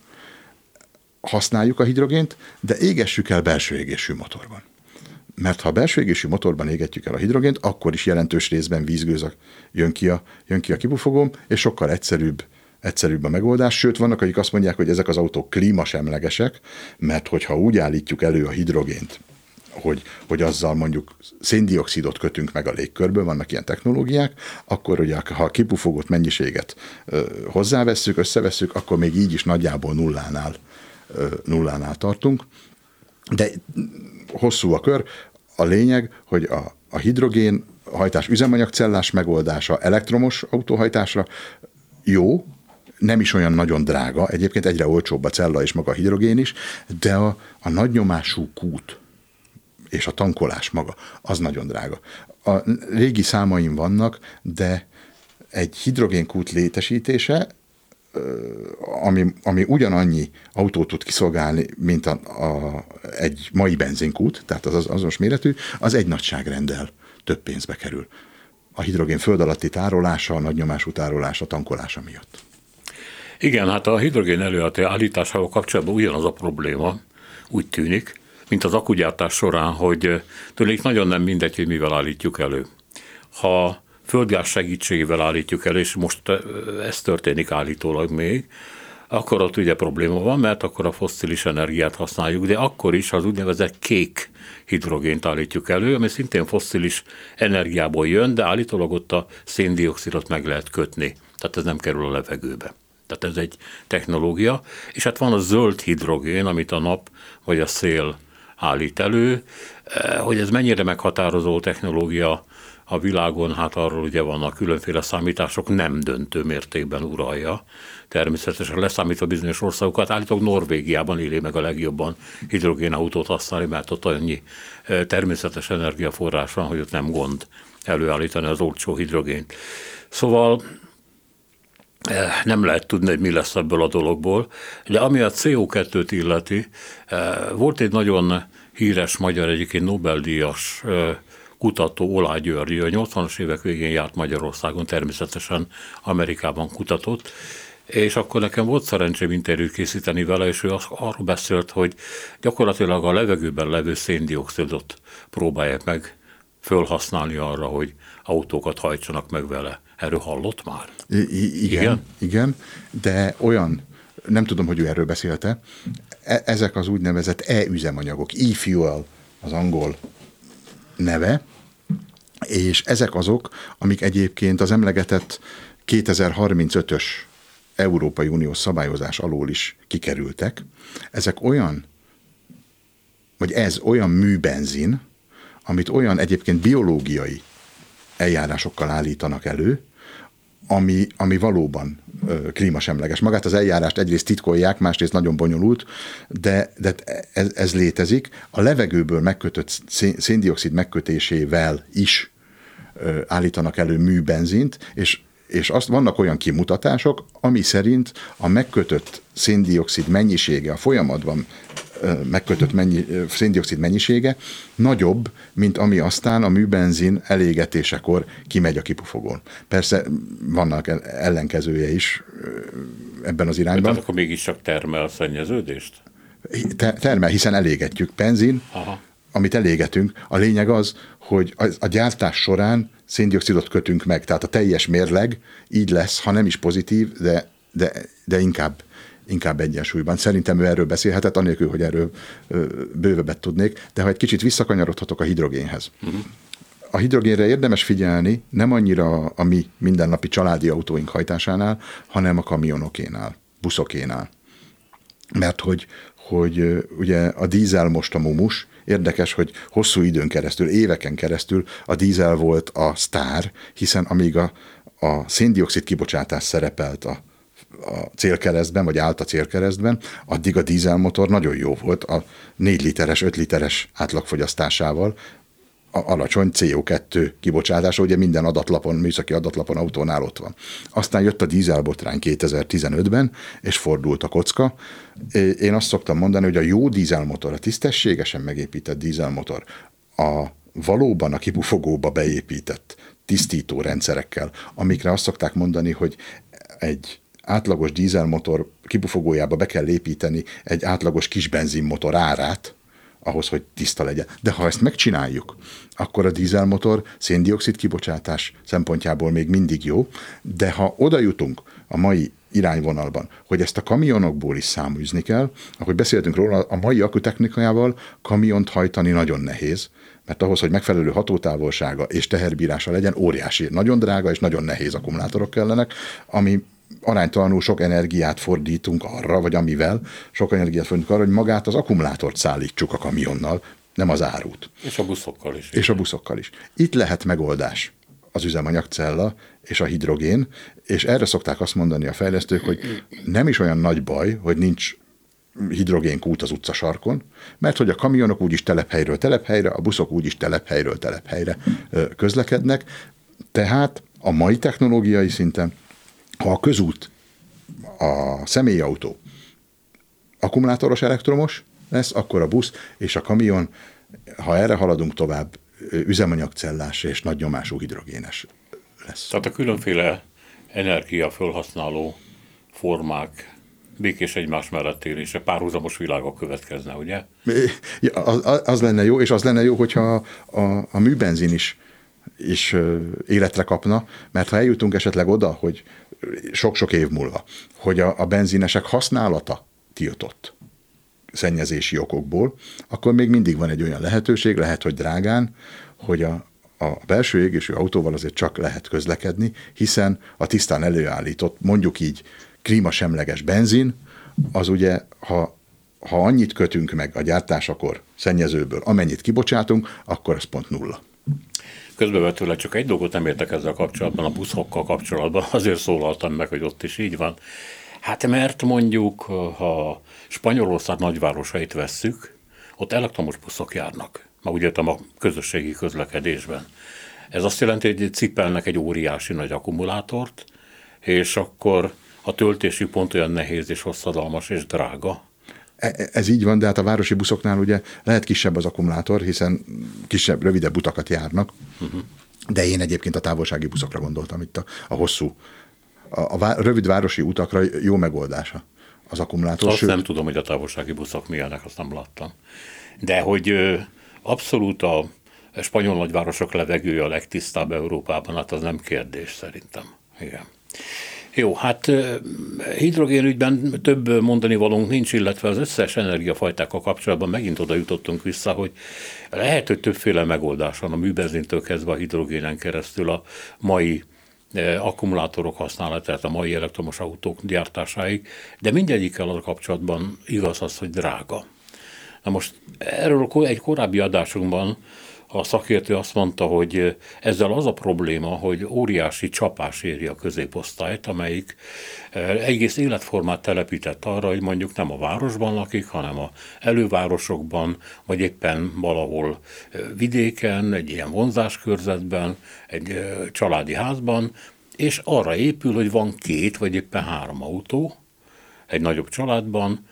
használjuk a hidrogént, de égessük el belső égésű motorban. Mert ha a belső égésű motorban égetjük el a hidrogént, akkor is jelentős részben vízgőz jön ki a, jön ki a kibufogóm, és sokkal egyszerűbb egyszerűbb a megoldás, sőt vannak, akik azt mondják, hogy ezek az autók klímasemlegesek, mert hogyha úgy állítjuk elő a hidrogént hogy, hogy azzal mondjuk széndioxidot kötünk meg a légkörből, vannak ilyen technológiák, akkor ugye, ha a kipufogott mennyiséget ö, hozzávesszük, összevesszük, akkor még így is nagyjából nullánál, ö, nullánál tartunk. De hosszú a kör. A lényeg, hogy a, a hidrogén hajtás üzemanyagcellás megoldása elektromos autóhajtásra jó, nem is olyan nagyon drága, egyébként egyre olcsóbb a cella és maga a hidrogén is, de a, a nagynyomású kút és a tankolás maga, az nagyon drága. A régi számaim vannak, de egy hidrogénkút létesítése, ami, ami ugyanannyi autót tud kiszolgálni, mint a, a, egy mai benzinkút, tehát az azonos méretű, az egy nagyságrenddel több pénzbe kerül. A hidrogén föld alatti tárolása, a nagynyomású tárolása, tankolása miatt. Igen, hát a hidrogén előállításával kapcsolatban ugyanaz a probléma, úgy tűnik, mint az akkugyártás során, hogy tőlük nagyon nem mindegy, hogy mivel állítjuk elő. Ha földgáz segítségével állítjuk elő, és most ez történik állítólag még, akkor ott ugye probléma van, mert akkor a fosszilis energiát használjuk, de akkor is az úgynevezett kék hidrogént állítjuk elő, ami szintén fosszilis energiából jön, de állítólag ott a széndioxidot meg lehet kötni, tehát ez nem kerül a levegőbe. Tehát ez egy technológia, és hát van a zöld hidrogén, amit a nap vagy a szél állít elő, hogy ez mennyire meghatározó technológia a világon, hát arról ugye vannak különféle számítások, nem döntő mértékben uralja. Természetesen leszámítva bizonyos országokat, állítólag Norvégiában éli meg a legjobban hidrogénautót használni, mert ott annyi természetes energiaforrás van, hogy ott nem gond előállítani az olcsó hidrogént. Szóval nem lehet tudni, hogy mi lesz ebből a dologból, de ami a cé o kettőt illeti, volt egy nagyon híres magyar, egyébként Nobel-díjas kutató, Oláh György, a nyolcvanas évek végén járt Magyarországon, természetesen Amerikában kutatott, és akkor nekem volt szerencsém interjút készíteni vele, és ő arról beszélt, hogy gyakorlatilag a levegőben levő széndioxidot próbálják meg fölhasználni arra, hogy autókat hajtsanak meg vele. Erről hallott már? I- igen, igen, igen, de olyan, nem tudom, hogy ő erről beszélte, e- ezek az úgynevezett e-üzemanyagok, e-fuel az angol neve, és ezek azok, amik egyébként az emlegetett kétezer-harmincötös Európai Uniós szabályozás alól is kikerültek. Ezek olyan, vagy ez olyan műbenzin, amit olyan egyébként biológiai eljárásokkal állítanak elő, ami, ami valóban ö, klímasemleges. Magát az eljárást egyrészt titkolják, másrészt nagyon bonyolult, de, de ez, ez létezik. A levegőből megkötött széndioxid megkötésével is ö, állítanak elő műbenzint, és, és azt vannak olyan kimutatások, ami szerint a megkötött széndioxid mennyisége, a folyamatban megkötött mennyi, széndioxid mennyisége nagyobb, mint ami aztán a műbenzin elégetésekor kimegy a kipufogón. Persze vannak ellenkezője is ebben az irányban. Tehát akkor mégiscsak termel szennyeződést? Termel, hiszen elégetjük. Benzin, Aha. amit elégetünk, a lényeg az, hogy a gyártás során széndioxidot kötünk meg, tehát a teljes mérleg így lesz, ha nem is pozitív, de, de, de inkább inkább egyensúlyban. Szerintem ő erről beszélhetett, anélkül, hogy erről bővebbet tudnék, de ha egy kicsit visszakanyarodhatok a hidrogénhez. Uh-huh. A hidrogénre érdemes figyelni nem annyira a mi mindennapi családi autóink hajtásánál, hanem a kamionokénál, buszokénál. Mert hogy, hogy ugye a dízel most a mumus, érdekes, hogy hosszú időn keresztül, éveken keresztül a dízel volt a sztár, hiszen amíg a, a széndioxid kibocsátás szerepelt a a célkeresztben, vagy állt a célkeresztben, addig a dízelmotor nagyon jó volt a négy literes, öt literes átlagfogyasztásával, a alacsony cé o kettő kibocsátása, ugye minden adatlapon, műszaki adatlapon, autónál ott van. Aztán jött a dízelbotrány kétezer-tizenötben, és fordult a kocka. Én azt szoktam mondani, hogy a jó dízelmotor, a tisztességesen megépített dízelmotor, a valóban a kipufogóba beépített tisztító rendszerekkel, amikre azt szokták mondani, hogy egy átlagos dízelmotor kipufogójába be kell építeni egy átlagos kis benzinmotor árát, ahhoz, hogy tiszta legyen. De ha ezt megcsináljuk, akkor a dízelmotor széndioxid kibocsátás szempontjából még mindig jó, de ha oda jutunk a mai irányvonalban, hogy ezt a kamionokból is száműzni kell. Ahogy beszéltünk róla, a mai akkutechnikával kamiont hajtani nagyon nehéz, mert ahhoz, hogy megfelelő hatótávolsága és teherbírása legyen, óriási, nagyon drága és nagyon nehéz akkumulátorok kellenek, ami aránytalanul sok energiát fordítunk arra, vagy amivel sok energiát fordítunk arra, hogy magát az akkumulátort szállítsuk a kamionnal, nem az árut. És a buszokkal is. És a buszokkal is. Itt lehet megoldás az üzemanyagcella és a hidrogén, és erre szokták azt mondani a fejlesztők, hogy nem is olyan nagy baj, hogy nincs hidrogénkút az utcasarkon, mert hogy a kamionok úgyis telephelyről telephelyre, a buszok úgyis telephelyről telephelyre közlekednek, tehát a mai technológiai szinten, ha a közút, a személyautó akkumulátoros elektromos lesz, akkor a busz és a kamion, ha erre haladunk tovább, üzemanyagcellás és nagy nyomású hidrogénes lesz. Tehát a különféle energiafelhasználó formák békés egymás mellett élése, párhuzamos világok következne, ugye? Ja, az, az lenne jó, és az lenne jó, hogyha a, a, a műbenzin is, is életre kapna, mert ha eljutunk esetleg oda, hogy sok-sok év múlva, hogy a, a benzinesek használata tiltott szennyezési okokból, akkor még mindig van egy olyan lehetőség, lehet, hogy drágán, hogy a, a belső égésű autóval azért csak lehet közlekedni, hiszen a tisztán előállított, mondjuk így klímasemleges benzin, az ugye, ha, ha annyit kötünk meg a gyártásakor szennyezőből, amennyit kibocsátunk, akkor ez pont nulla. Közbevetőleg csak egy dolgot nem értek ezzel kapcsolatban, a buszokkal kapcsolatban, azért szólaltam meg, hogy ott is így van. Hát mert mondjuk, ha Spanyolország nagyvárosait vesszük, ott elektromos buszok járnak, már úgy értem a közösségi közlekedésben. Ez azt jelenti, hogy cipelnek egy óriási nagy akkumulátort, és akkor a töltési pont olyan nehéz és hosszadalmas és drága. Ez így van, de hát a városi buszoknál ugye lehet kisebb az akkumulátor, hiszen kisebb, rövidebb utakat járnak, uh-huh. De én egyébként a távolsági buszokra gondoltam itt a, a hosszú, a, a vá, rövid városi utakra jó megoldása az akkumulátor. Azt sőt, nem tudom, hogy a távolsági buszok milyenek, azt nem láttam. De hogy ö, abszolút a spanyol nagyvárosok levegője a legtisztább Európában, hát az nem kérdés szerintem. Igen. Jó, hát hidrogénügyben több mondani valónk nincs, illetve az összes energiafajtákkal kapcsolatban megint oda jutottunk vissza, hogy lehet, hogy többféle megoldás van a műbenzintől kezdve a hidrogénen keresztül a mai akkumulátorok használatát, a mai elektromos autók gyártásáig, de mindegyikkel a kapcsolatban igaz az, hogy drága. Na most erről egy korábbi adásunkban a szakértő azt mondta, hogy ezzel az a probléma, hogy óriási csapás éri a középosztályt, amelyik egész életformát telepített arra, hogy mondjuk nem a városban lakik, hanem a elővárosokban, vagy éppen valahol vidéken, egy ilyen vonzáskörzetben, egy családi házban, és arra épül, hogy van két, vagy éppen három autó egy nagyobb családban,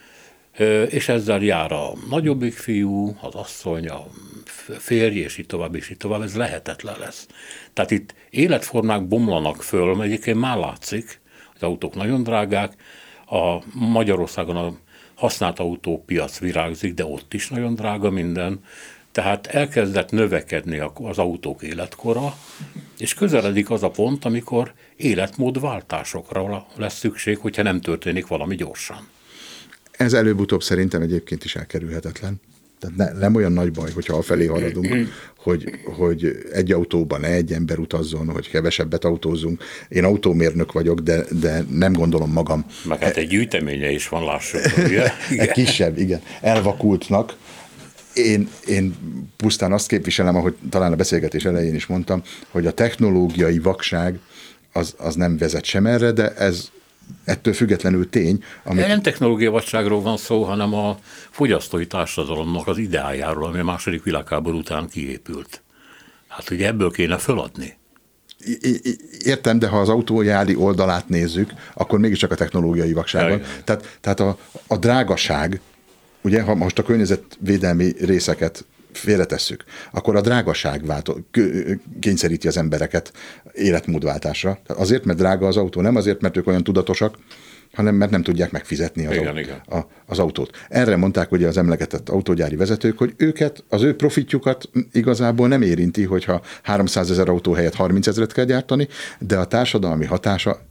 és ezzel jár a nagyobbik fiú, az asszony, a férj, és így tovább, és így tovább, ez lehetetlen lesz. Tehát itt életformák bomlanak föl, mert egyébként már látszik, az autók nagyon drágák, a Magyarországon a használt autópiac virágzik, de ott is nagyon drága minden, tehát elkezdett növekedni az autók életkora, és közeledik az a pont, amikor életmódváltásokra lesz szükség, hogyha nem történik valami gyorsan. Ez előbb-utóbb szerintem egyébként is elkerülhetetlen. Tehát ne, nem olyan nagy baj, hogyha afelé haladunk, hogy, hogy egy autóban ne egy ember utazzon, hogy kevesebbet autózzunk. Én autómérnök vagyok, de, de nem gondolom magam. Meg hát egy gyűjteménye is van, lássuk. Egy kisebb, igen. Elvakultnak. Én, én pusztán azt képviselem, ahogy talán a beszélgetés elején is mondtam, hogy a technológiai vakság az, az nem vezet sem erre, de ez ettől függetlenül tény. Amit... Nem technológia vadságról van szó, hanem a fogyasztói társadalomnak az ideájáról, ami a második világháború után kiépült. Hát ugye ebből kéne föladni. Értem, de ha az autójári oldalát nézzük, akkor mégiscsak a technológiai vakság van. Tehát, tehát a, a drágaság, ugye, ha most a környezetvédelmi részeket félretesszük, akkor a drágaság váltó, kényszeríti az embereket életmódváltásra. Azért, mert drága az autó, nem azért, mert ők olyan tudatosak, hanem mert nem tudják megfizetni az, igen, autó, igen. A, az autót. Erre mondták ugye az emlegetett autógyári vezetők, hogy őket, az ő profitjukat igazából nem érinti, hogyha háromszázezer autó helyett harmincezret kell gyártani, de a társadalmi hatása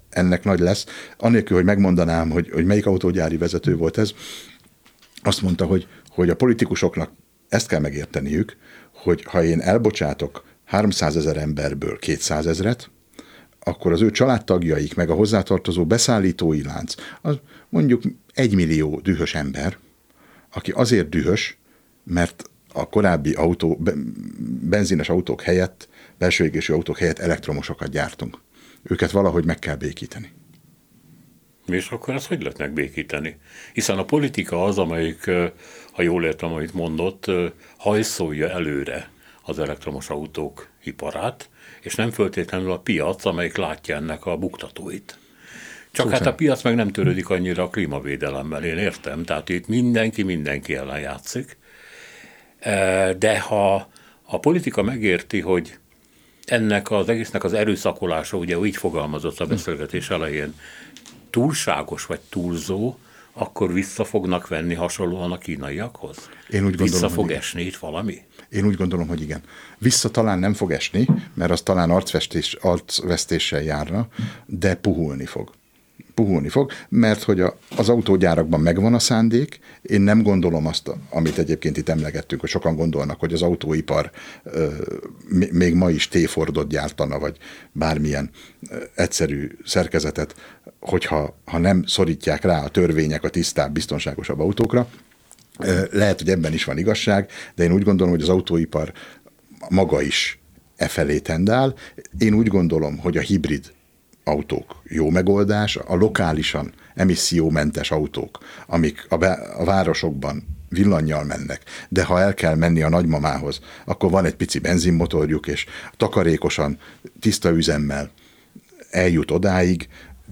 ennek nagy lesz. Anélkül, hogy megmondanám, hogy, hogy melyik autógyári vezető volt ez, azt mondta, hogy, hogy a politikusoknak ezt kell megérteniük, hogy ha én elbocsátok háromszázezer emberből kétszázezret, akkor az ő családtagjaik, meg a hozzátartozó beszállítói lánc, az mondjuk egymillió dühös ember, aki azért dühös, mert a korábbi autó, benzines autók helyett, belső égésű autók helyett elektromosokat gyártunk. Őket valahogy meg kell békíteni. És akkor ezt hogy lehet megbékíteni? Hiszen a politika az, amelyik, ha jól értem, amit mondott, hajszolja előre az elektromos autók iparát, és nem föltétlenül a piac, amelyik látja ennek a buktatóit. Csak Szóval. hát a piac meg nem törődik annyira a klímavédelemmel, én értem, tehát itt mindenki mindenki ellen játszik. De ha a politika megérti, hogy ennek az egésznek az erőszakolása, ugye úgy fogalmazott a beszélgetés elején, túlságos vagy túlzó, akkor vissza fognak venni hasonlóan a kínaiakhoz? Én úgy gondolom, vissza fog esni itt valami? Én úgy gondolom, hogy igen. Vissza talán nem fog esni, mert az talán arcvesztés, arcvesztéssel járna, de puhulni fog. Puhulni fog, mert hogy a, az autógyárakban megvan a szándék, én nem gondolom azt, amit egyébként itt emlegettünk, hogy sokan gondolnak, hogy az autóipar ö, még ma is T-Fordot gyártana, vagy bármilyen ö, egyszerű szerkezetet, hogyha ha nem szorítják rá a törvények a tisztább, biztonságosabb autókra. Ö, lehet, hogy ebben is van igazság, de én úgy gondolom, hogy az autóipar maga is e felé tendál. Én úgy gondolom, hogy a hibrid autók jó megoldás, a lokálisan emissziómentes autók, amik a, be, a városokban villannyal mennek, de ha el kell menni a nagymamához, akkor van egy pici benzinmotorjuk, és takarékosan, tiszta üzemmel eljut odáig,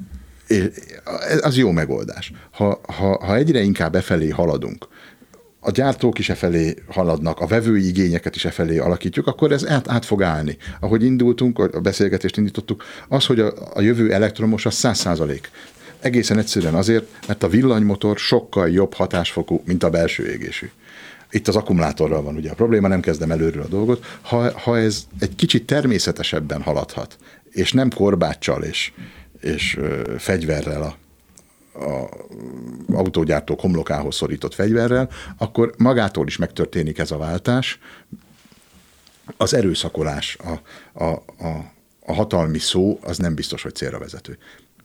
az jó megoldás. Ha, ha, ha egyre inkább e felé haladunk, a gyártók is e felé haladnak, a vevői igényeket is e felé alakítjuk, akkor ez át, át fog állni. Ahogy indultunk, a beszélgetést indítottuk, az, hogy a, a jövő elektromos, az száz százalék. Egészen egyszerűen azért, mert a villanymotor sokkal jobb hatásfokú, mint a belső égésű. Itt az akkumulátorral van ugye a probléma, nem kezdem előről a dolgot. Ha, ha ez egy kicsit természetesebben haladhat, és nem korbáccsal és, és ö, fegyverrel a a autógyártók homlokához szorított fegyverrel, akkor magától is megtörténik ez a váltás. Az erőszakolás, a, a, a, a hatalmi szó, az nem biztos, hogy célra vezető.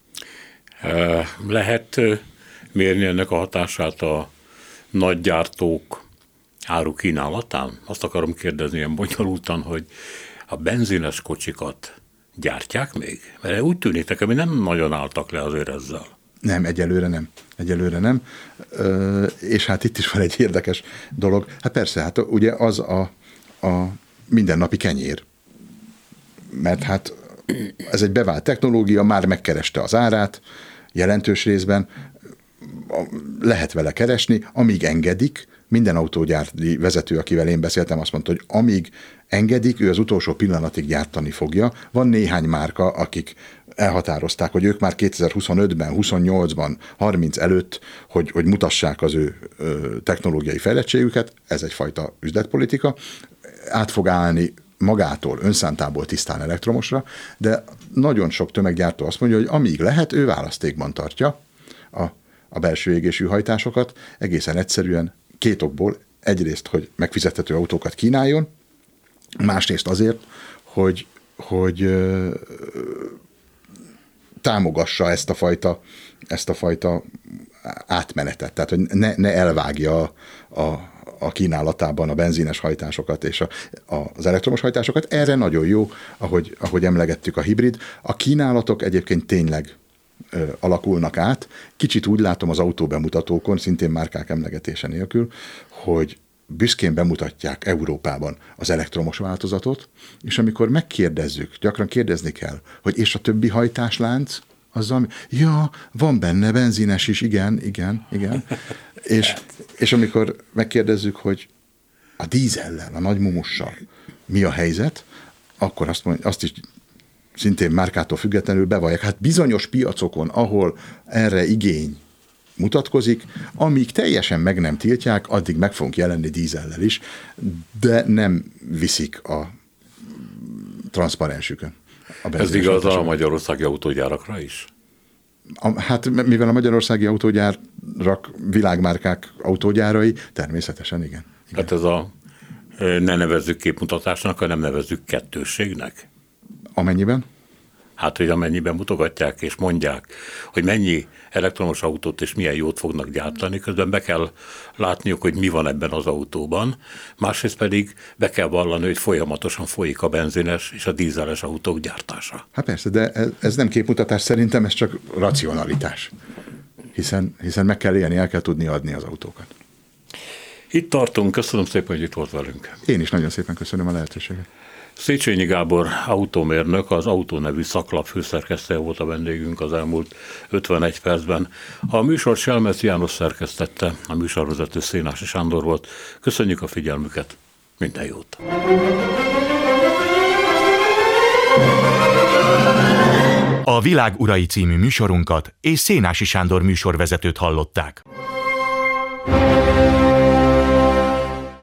Lehet mérni ennek a hatását a nagygyártók áru kínálatán? Azt akarom kérdezni ilyen bonyolultan, hogy a benzines kocsikat gyártják még? Mert úgy tűnik nekem, hogy nem nagyon álltak le azért ezzel. Nem, egyelőre nem. Egyelőre nem. Ö, és hát itt is van egy érdekes dolog. Hát persze, hát ugye az a, a mindennapi kenyér. Mert hát ez egy bevált technológia, már megkereste az árát, jelentős részben lehet vele keresni, amíg engedik. Minden autógyárti vezető, akivel én beszéltem, azt mondta, hogy amíg engedik, ő az utolsó pillanatig gyártani fogja. Van néhány márka, akik elhatározták, hogy ők már kétezer-huszonötben, huszonnyolcban, harminc előtt, hogy, hogy mutassák az ő ö, technológiai fejlettségüket, ez egyfajta üzletpolitika, át fog állni magától, önszántából tisztán elektromosra, de nagyon sok tömeggyártó azt mondja, hogy amíg lehet, ő választékban tartja a, a belső égésű hajtásokat, egészen egyszerűen két okból, egyrészt, hogy megfizethető autókat kínáljon, másrészt azért, hogy, hogy ö, támogassa ezt a fajta, ezt a fajta átmenetet, tehát hogy ne, ne elvágja a, a, a kínálatában a benzines hajtásokat és a, a, az elektromos hajtásokat. Erre nagyon jó, ahogy, ahogy emlegettük, a hibrid. A kínálatok egyébként tényleg ö, alakulnak át. Kicsit úgy látom az autóbemutatókon, szintén márkák emlegetése nélkül, hogy büszkén bemutatják Európában az elektromos változatot, és amikor megkérdezzük, gyakran kérdezni kell, hogy és a többi hajtáslánc, azzal, ja, van benne benzines is, igen, igen, igen. És, és amikor megkérdezzük, hogy a dízellel, a nagymumussal mi a helyzet, akkor azt, mondja, azt is szintén márkától függetlenül bevallják. Hát bizonyos piacokon, ahol erre igény mutatkozik, amíg teljesen meg nem tiltják, addig meg fogunk jelenni dízellel is, de nem viszik a transzparensükön. Ez igaz a magyarországi autógyárakra is? A, hát mivel a magyarországi autógyárak világmárkák autógyárai, természetesen igen. igen. Hát ez a ne nevezzük képmutatásnak, hanem nevezzük kettősségnek. Amennyiben? Hát, hogy amennyiben mutogatják és mondják, hogy mennyi elektromos autót és milyen jót fognak gyártani, közben be kell látniuk, hogy mi van ebben az autóban, másrészt pedig be kell vallani, hogy folyamatosan folyik a benzines és a dízeles autók gyártása. Hát persze, de ez, ez nem képmutatás, szerintem ez csak racionalitás, hiszen, hiszen meg kell élni, el kell tudni adni az autókat. Itt tartunk, köszönöm szépen, hogy itt volt velünk. Én is nagyon szépen köszönöm a lehetőséget. Széchenyi Gábor autómérnök, az Autó nevű szaklap főszerkesztője volt a vendégünk az elmúlt ötvenegy percben. A műsor Selmeci János szerkesztette, a műsorvezető Szénási Sándor volt. Köszönjük a figyelmüket, minden jót! A Világ urai című műsorunkat és Szénási Sándor műsorvezetőt hallották.